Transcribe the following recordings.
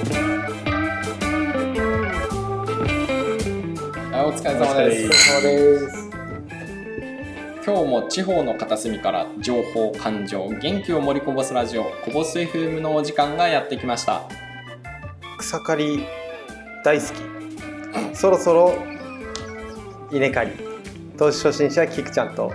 はい、お疲れ様です。今日も地方の片隅から情報、感情、元気を盛りこぼすラジオ、こぼす FM のお時間がやってきました。 草刈り大好き、そろそろ稲刈り、投資初心者キクちゃんと、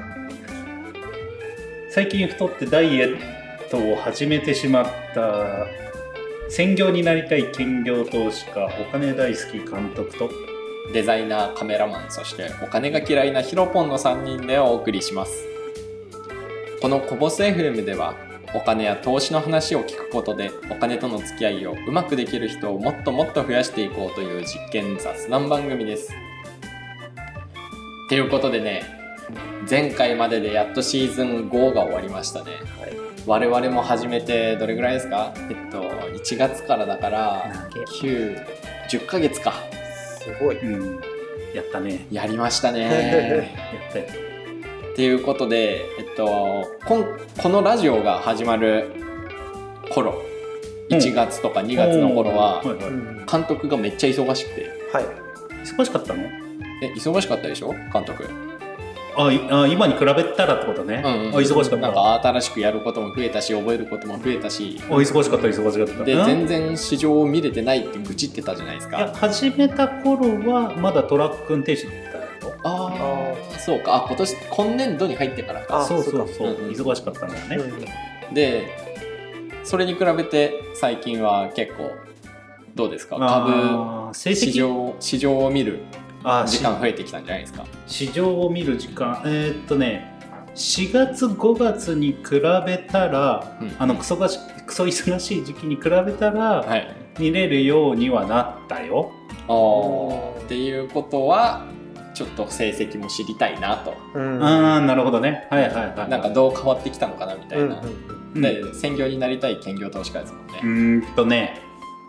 最近太ってダイエットを始めてしまった専業になりたい兼業投資家、お金大好き監督と、 デザイナー、カメラマン、そしてお金が嫌いなヒロポンの3人でお送りします。このこぼす FM ではお金や投資の話を聞くことで、お金との付き合いをうまくできる人をもっともっと増やしていこうという実験雑談番組です。ということでね、前回まででやっとシーズン5が終わりましたね。はい、我々も始めてどれぐらいですか？1月からだから9、10ヶ月か。 すごい、 やったね。 やりましたね。 やったよ。 っていうことで、このラジオが始まる頃、1月とか2月の頃は、監督がめっちゃ忙しくて。 はい。 忙しかったの？ 忙しかったでしょ監督。 今に比べたらってことね。忙しかった。 なんか新しくやることも増えたし、覚えることも増えたし。 忙しかった。 で、全然市場を見れてないって愚痴ってたじゃないですか。 いや、始めた頃はまだトラック運転手だったよ。 そうか。今年度に入ってからか。 そう、忙しかったのよね。 で、それに比べて最近は結構どうですか？株、市場を見る時間増えてきたんじゃないですか？ 市場を見る時間、4月5月に比べたら、クソ忙しい時期に比べたら、見れるようにはなったよ。 っていうことはちょっと成績も知りたいなと。 なるほどね。 なんかどう変わってきたのかなみたいな。で、専業になりたい兼業投資家ですもんね。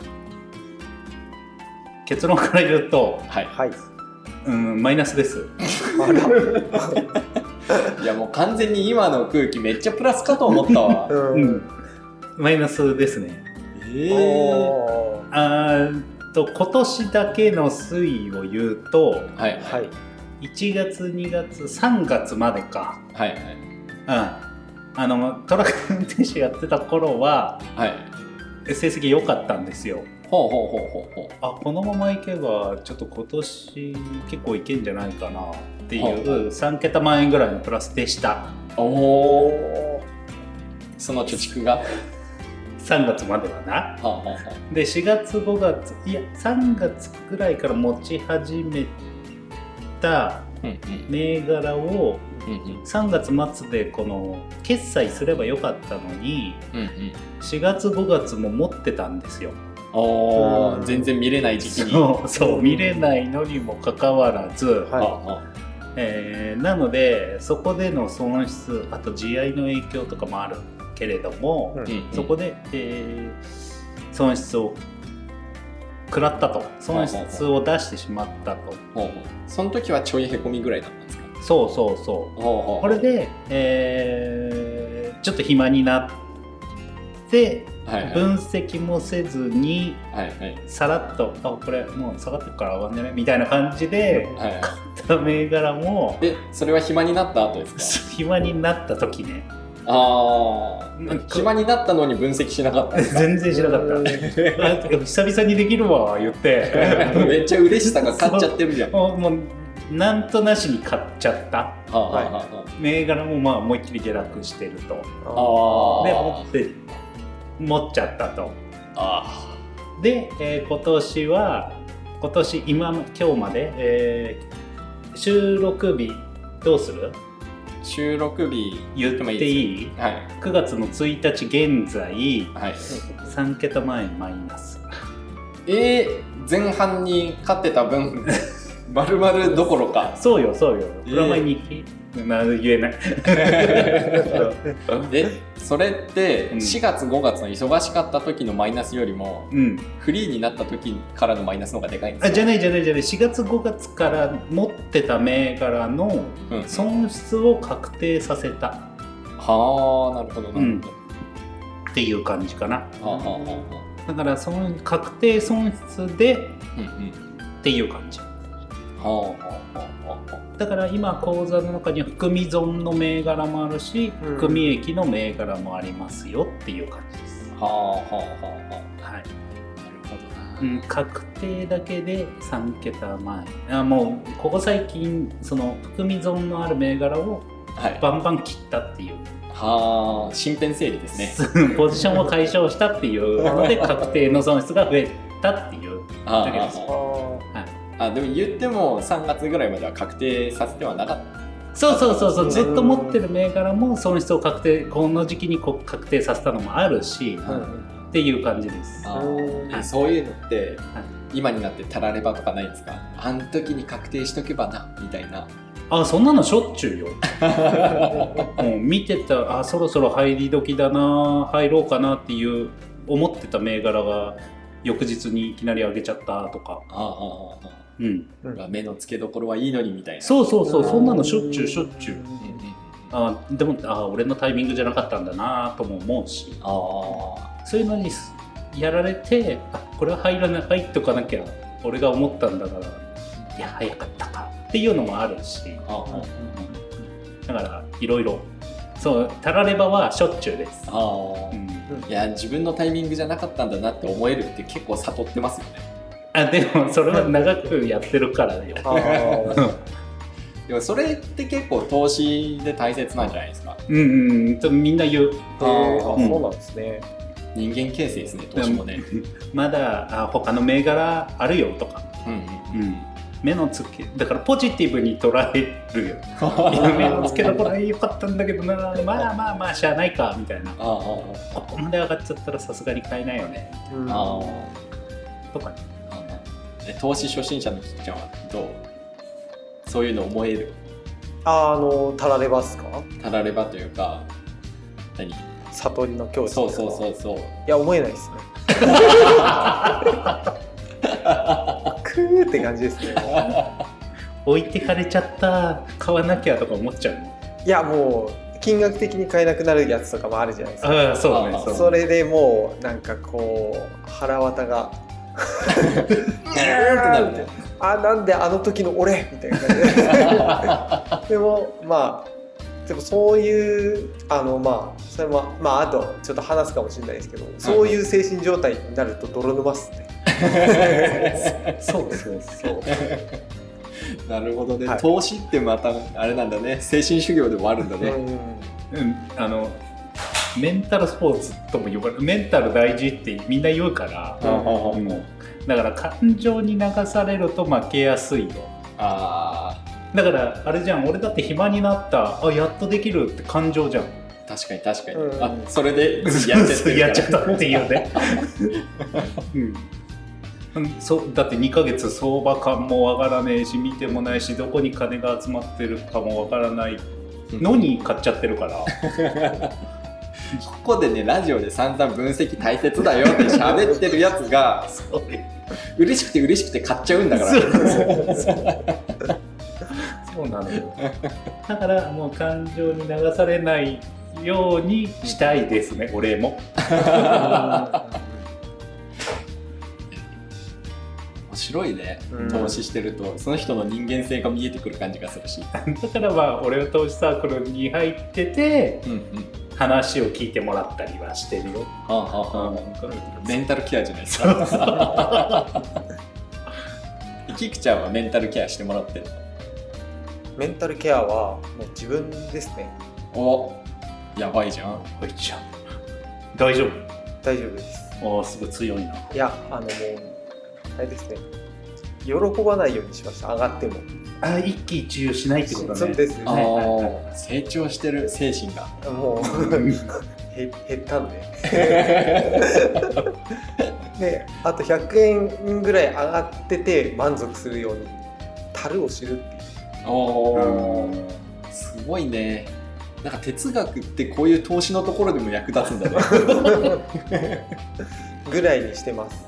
結論から言うと、マイナスです。 いや、もう完全に今の空気めっちゃプラスかと思ったわ。 マイナスですね。今年だけの推移を言うと、1月2月3月までか。トラック運転手やってた頃は、成績良かったんですよ。このままいけばちょっと今年結構いけんじゃないかなっていう3桁万円ぐらいのプラスでした。 その貯蓄が 3月まではな。で4月5月3月ぐらいから持ち始めた銘柄を3月末でこの決済すればよかったのに、4月5月も持ってたんですよ。 全然見れない時期に。 そう見れないのにもかかわらず、なのでそこでの損失、あと地合いの影響とかもあるけれども、そこで、損失を食らったと、損失を出してしまったと。 その時はちょいへこみぐらいだったんですか？ そうこれで、ちょっと暇になって分析もせずに、さらっとこれもう下がってるから上がんじゃないみたいな感じで買った銘柄も、 それは暇になった後ですか？ 暇になった時ね。 暇になったのに分析しなかったんですか？ 全然しなかった久々にできるわ言ってめっちゃ嬉しさが勝っちゃってるじゃん。 もうなんとなしに買っちゃった。銘柄も思いっきり下落してると。で持っちゃったと。で、今日まで、収録日どうする？ 収録日言っていい？9月の1日現在、3桁万円マイナス。 前半に勝ってた分丸々どころか。 そうよプラマイ2言えないそれって4月5月の忙しかった時のマイナスよりも、フリーになった時からのマイナスの方がでかいんですか？ じゃない4月5月から持ってた銘柄の損失を確定させた。 なるほどっていう感じかな。 だからその確定損失でっていう感じ。だから今口座の中には含み損の銘柄もあるし、含み益の銘柄もありますよっていう感じです。はい。確定だけで3桁前。もうここ最近その含み損のある銘柄をバンバン切ったっていう。 身辺整理ですね。 ポジションを解消したっていうので確定の損失が増えたっていうだけです。 でも言っても3月ぐらいまでは確定させてはなかった。 そうずっと持ってる銘柄も損失を確定、この時期に確定させたのもあるし、っていう感じです。 そういうのって、今になってたらればとかないんですか？あの時に確定しとけばなみたいな。 そんなのしょっちゅうよ。見てた、そろそろ入り時だな、入ろうかなっていう思ってた銘柄が翌日にいきなり上げちゃったとか。 目の付けどころはいいのにみたいな。 そんなのしょっちゅう。でも俺のタイミングじゃなかったんだなとも思うし、そういうのにやられて、これは入っとかなきゃ俺が思ったんだから、いや早かったかっていうのもあるし、だからいろいろたらればはしょっちゅうです。 いや自分のタイミングじゃなかったんだなって思えるって結構悟ってますよね。 でもそれは長くやってるからよ。 でもそれって結構投資で大切なんじゃないですか。 みんな言う。 そうなんですね。 人間形成ですね、投資もね。 まだ他の銘柄あるよとか。目の付けだからポジティブに捉えるよ。目の付けどころは良かったんだけどな、まあしゃあないかみたいな。ここまで上がっちゃったらさすがに買えないよね。とかね。 投資初心者のキキちゃんはどう？そういうの思える？ たらればっすか？たらればというか悟りの境地。 そう。 いや思えないですね。クーって感じですね。 置いてかれちゃった、買わなきゃとか思っちゃうの？ いやもう金額的に買えなくなるやつとかもあるじゃないですか。 そうね。 それでもうなんかこう腹渡がなんであの時の俺みたいな感じででもそういうそれもあとちょっと話すかもしれないですけど、そういう精神状態になると泥沼っすね。 そうなるほどね、投資ってまたあれなんだね、精神修行でもあるんだね。 メンタルスポーツとも呼ばれる、メンタル大事ってみんな言うから、だから感情に流されると負けやすいよ。だからあれじゃん、俺だって暇になった、やっとできるって感情じゃん。 確かに、それでやっちゃったっていうね。だって2ヶ月相場感もわからねえし、見てもないし、どこに金が集まってるかもわからないのに買っちゃってるから。 ここでね、ラジオで散々分析大切だよって喋ってるやつが嬉しくて買っちゃうんだから。 そうなのよ。だからもう感情に流されないようにしたいですね、俺も。 面白いね、投資してるとその人の人間性が見えてくる感じがするし。 だから俺は投資サークルに入ってて、話を聞いてもらったりはしてるよ。 メンタルケアじゃないですか。キクちゃんはメンタルケアしてもらってる？ メンタルケアはもう自分ですね。 やばいじゃん。 大丈夫です。すごい強いな。 いやもうあれですね、喜ばないようにしました。上がっても一喜一憂しないってことね。 そうですね。 成長してる精神がもう減ったんで。であと100円ぐらい上がってて満足するように樽を知るっていう。 すごいね。なんか哲学ってこういう投資のところでも役立つんだね。 ぐらいにしてます。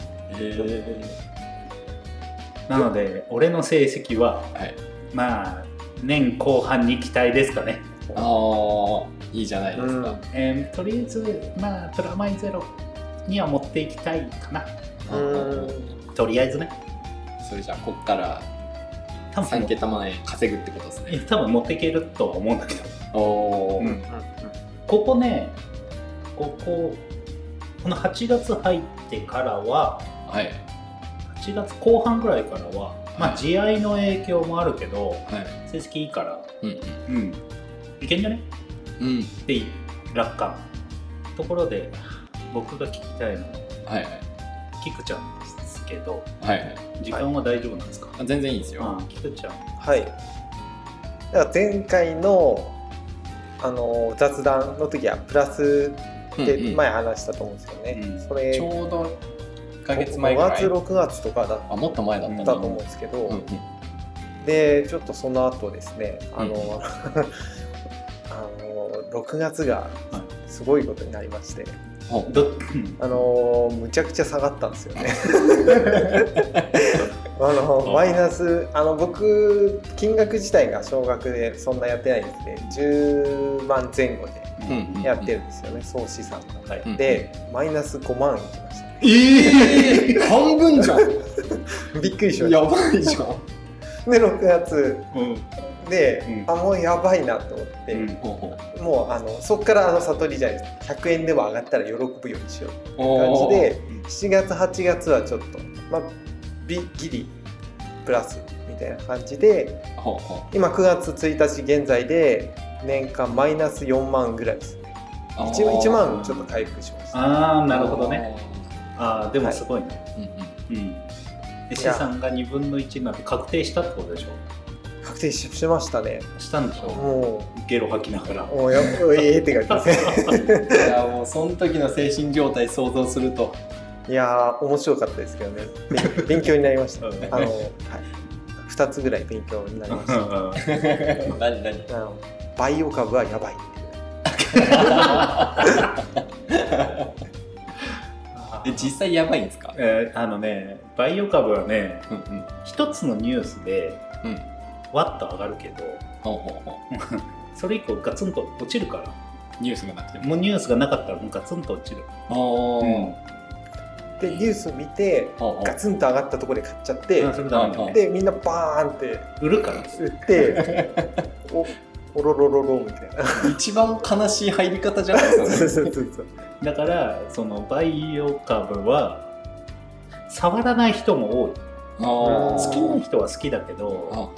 なので俺の成績は、年後半に期待ですかね。 いいじゃないですか。 とりあえずプラマイゼロには持っていきたいかな。とりあえずね。 それじゃあこっから3桁万円稼ぐってことですね。 多分持っていけるとは思うんだけど。 おー、 ここね、この8月入ってからは、 はい、 8月後半ぐらいからは、まあ試合の影響もあるけど、 はい、 成績いいから、 うんいけんじゃね、っていう楽観。ところで僕が聞きたいのは、 はい、 キクちゃんですけど、 はい、 時間は大丈夫なんですか？ 全然いいですよ。 キクちゃん。 はい。だから前回の雑談の時はプラスって前話したと思うんですよね。それちょうど1ヶ月前ぐらい。 5月6月とかだったもっと前だったと思うんですけど、でちょっとその後ですね、6月がすごいことになりまして、むちゃくちゃ下がったんですよね。マイナス、僕金額自体が少額でそんなやってないんですね。10万前後でやってるんですよね、総資産が。でマイナス5万いきました。 半分じゃん。 びっくりしました。 やばいじゃん。 で6月で、もうやばいなと思って、もうそっから悟りじゃないですか。100円でも上がったら喜ぶようにしようって感じで、7月8月はちょっとギリプラスみたいな感じで、今9月1日現在で年間マイナス4万ぐらいですね。1万ちょっと回復しました。 ああ、なるほどね。でもすごいね。資産が2分の1になって確定したってことでしょ？ 確定しましたね。 したんでしょ？もうゲロ吐きながら。 って感じですね。 いやもうその時の精神状態想像すると。 いや面白かったですけどね。勉強になりました。2つぐらい勉強になりました。 何？ バイオ株はやばいっていう。 実際やばいんですか？ バイオ株はね、一つのニュースでわっと上がるけど、それ以降ガツンと落ちるから。 ニュースがなくても。 もうニュースがなかったらもうガツンと落ちる。 でニュース見てガツンと上がったところで買っちゃって、でみんなバーンって売るから売っておろろろろみたいな。 一番悲しい入り方じゃないですか。 だからそのバイオ株は触らない人も多い。好きな人は好きだけど、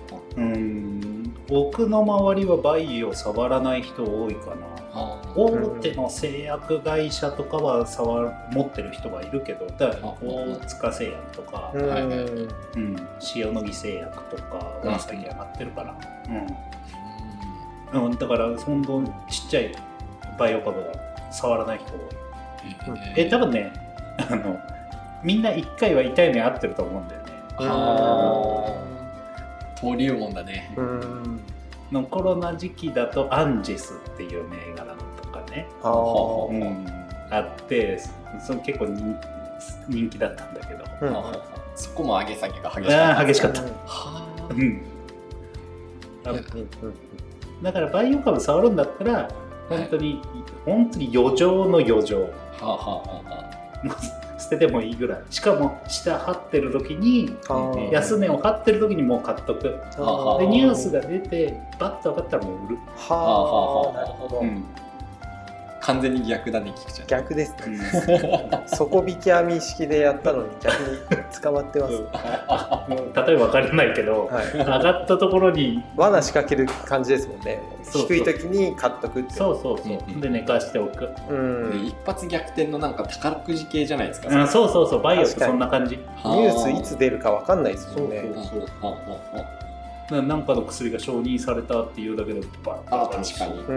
僕の周りはバイオ触らない人多いかな。大手の製薬会社とかは持ってる人はいるけど、だから大塚製薬とか、塩野義製薬とかは最近上がってるから、だからそんなちっちゃいバイオ株が触らない人多い。多分ね、みんな1回は痛い目合ってると思うんだよね。 登竜門だね。 のコロナ時期だとアンジェスっていう銘柄とかね、あってそれ結構人気だったんだけど、 そこも上げ下げが激しかった。だからバイオ株触るんだったら本当に余剰の余剰、捨ててもいいぐらい。しかも下張ってる時に、安値を張ってる時にもう買っとく。でニュースが出てバッと上がったらもう売る。 なるほど。 完全に逆だね、キクちゃん。 逆ですね。底引き網式でやったのに逆に捕まってます。 例えば分からないけど、上がったところに罠仕掛ける感じですもんね。低い時に買っとくって。 そうで寝かしておく。 一発逆転のなんか宝くじ系じゃないですか。 そうバイオってそんな感じ。 ニュースいつ出るか分かんないですもんね。 なんかの薬が承認されたっていうだけでバッと上がるし、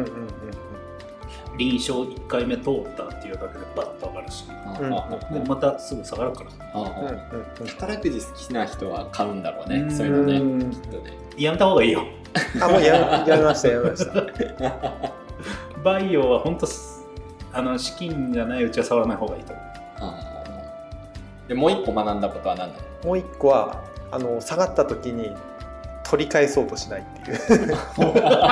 臨床1回目通ったっていうだけでバッと上がるし、でまたすぐ下がるから。 宝くじ好きな人は買うんだろうね、そういうのね、きっとね。 やめた方がいいよ。 もうやめました。 バイオは本当資金がないうちは触らない方がいいと思う。 でもう一個学んだことは何だろう？もう一個は下がった時に取り返そうとしないっていう。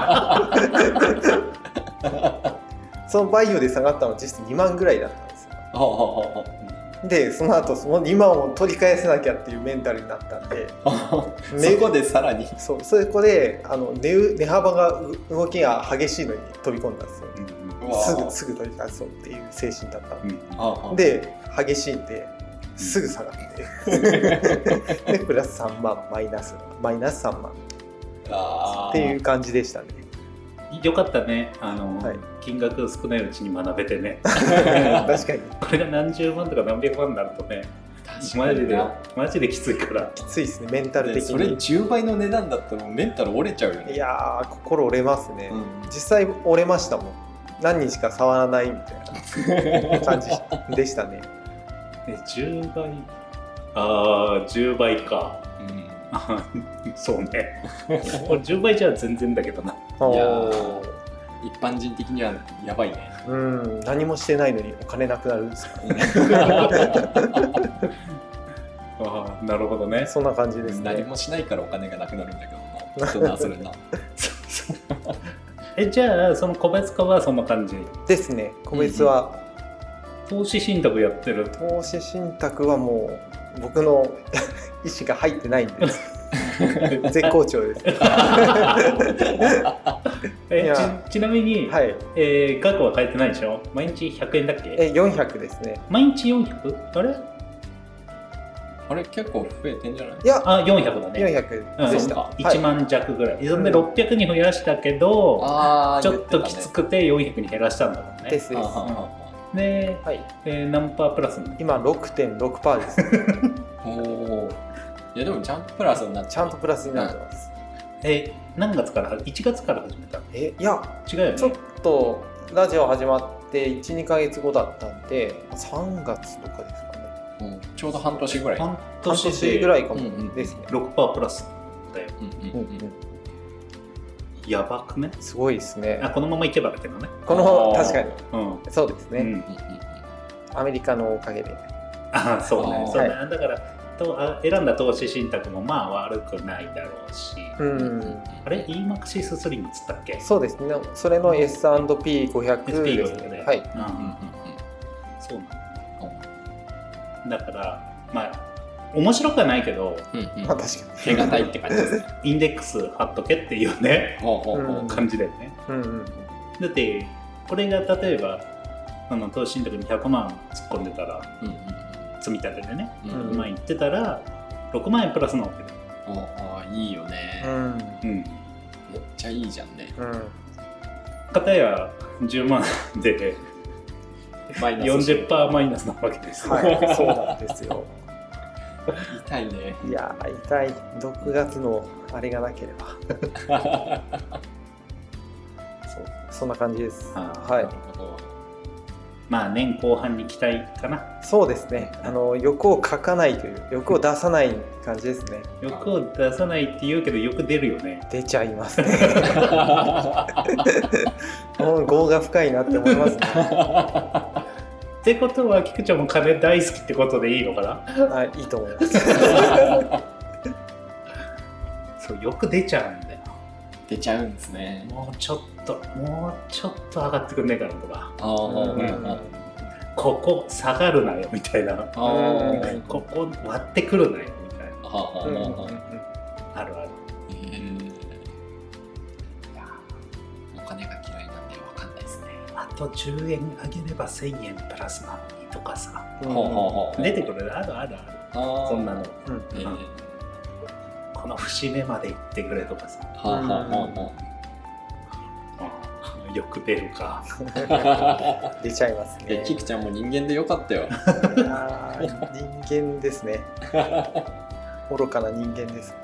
そのバイオで下がったのは実質2万ぐらいだったんですよ。 でその後その2万を取り返せなきゃっていうメンタルになったんでそこでさらにそこで値幅が動きが激しいのに飛び込んだんですよ、すぐ取り返そうっていう精神だったんで、激しいんですぐ下がってでプラス3万マイナス3万っていう感じでしたね。 よかったね、金額少ないうちに学べてね確かにこれが何十万とか何百万になるとねマジできついからきついですね、メンタル的に。 それ10倍の値段だったらメンタル折れちゃうよね。 いやー心折れますね、実際折れましたもん。何日か触らないみたいな感じでしたね。 10倍10倍か、そうねこれ10倍じゃ全然だけどな。 いや一般人的にはやばいね。 何もしてないのにお金なくなるんですかなるほどね。 そんな感じですね。 何もしないからお金がなくなるんだけどな。ちょっとそれなじゃあその個別化はそんな感じですね。個別は、 投資信託やってる。 投資信託はもう僕の意思が入ってないんです絶好調ですちなみに、額は変えてないでしょ。毎日100円だっけ ？400ですね。 毎日 400？ あれ結構増えてんじゃない？ いや 400だね。 400でした。 1万弱ぐらい。そんで600に増やしたけど、ちょっときつくて400に減らしたんだもんね。 ですで、何パープラス？ 今 6.6% ですいやでもちゃんとプラスになって、 ちゃんとプラスになってます。 何月から？1月から始めた？ いや違うよね。 ちょっとラジオ始まって1、2ヶ月後だったんで3月とかですかね。 ちょうど半年ぐらい。 半年ぐらいかもですね。 6% プラスだよ。やばくね？ すごいですね。 このままいけばだけどね。 確かに、そうですね、アメリカのおかげで。 そうね。だから選んだ投資信託もまあ悪くないだろうし、あれ EMAXIS スリムっつったっけ？ そうですね。それの S&P500 ですね。はい。 そうなんだ。だからまあ面白くはないけど、 確かに手堅いって感じですね。 インデックス貼っとけっていうね感じだよね。だってこれが例えば投資信託に100万突っ込んでたら、積み立てでね、6万いってたら6万円プラスなわけだ。 いいよね。めっちゃいいじゃんね。 片や10万で40% マイナスなわけです。 そうなんですよ。 痛いね。 いや痛い。6月のあれがなければそんな感じです。 まあ年後半に期待かな。 そうですね。欲を書かないという、欲を出さない感じですね。 欲を出さないって言うけど欲出るよね。 出ちゃいますねもう業が深いなって思いますねってことは菊ちゃんも金大好きってことでいいのかな？ いいと思いますそう、欲出ちゃうんだよ。 出ちゃうんですね。 もうちょっと上がってくんねえかなとか、ここ下がるなよみたいな、ここ割ってくるなよみたいな、あるある。 お金が嫌いなんで分かんないですね。 あと10円あげれば1000円プラスなのにとかさ、出てくる。あるそんなの。この節目まで行ってくれとかさ、よく出るか出ちゃいますね。 キクちゃんも人間でよかったよ。 人間ですね愚かな人間です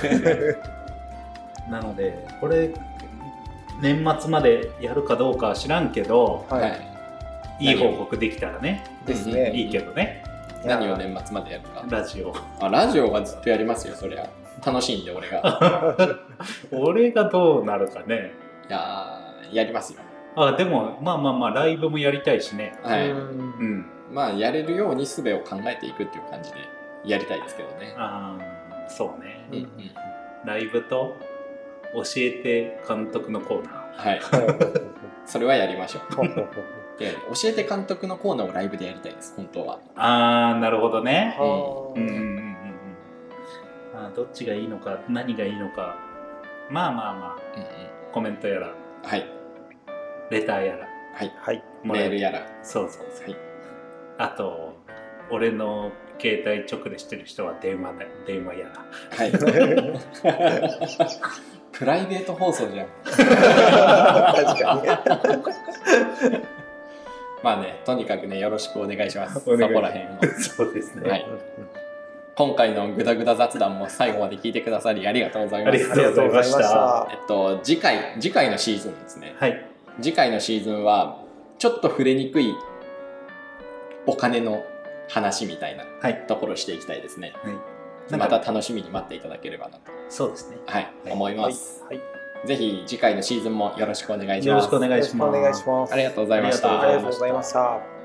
なのでこれ年末までやるかどうかは知らんけど、いい報告できたらねですね。 いいけどね。 何を年末までやるか。 ラジオ。 ラジオはずっとやりますよ。そりゃ楽しいんで俺が俺がどうなるかね。 いややりますよ。 でもまあライブもやりたいしね。 まあやれるように術を考えていくっていう感じでやりたいですけどね。 そうね。ライブと教えて監督のコーナー。 それはやりましょうて教えて監督のコーナーをライブでやりたいです本当は。 なるほどね。 はどっちがいいのか何がいいのかまあ、コメントやら、 はい、 レターやら、 はい、 メールやら、 そう、はい、あと俺の携帯直でしてる人は電話やら、 はい、プライベート放送じゃん。確かに。 まあね、とにかくねよろしくお願いします。そこら辺を。 そうですね。 はい。今回のグダグダ雑談も最後まで聞いてくださりありがとうございます。 ありがとうございました。 次回のシーズンですね。 はい。 次回のシーズンはちょっと触れにくいお金の話みたいなところをしていきたいですね。はい。また楽しみに待っていただければなと。 そうですね。 はい。思います。 はい。 ぜひ次回のシーズンもよろしくお願いします。 よろしくお願いします。 お願いします。 ありがとうございました。 ありがとうございました。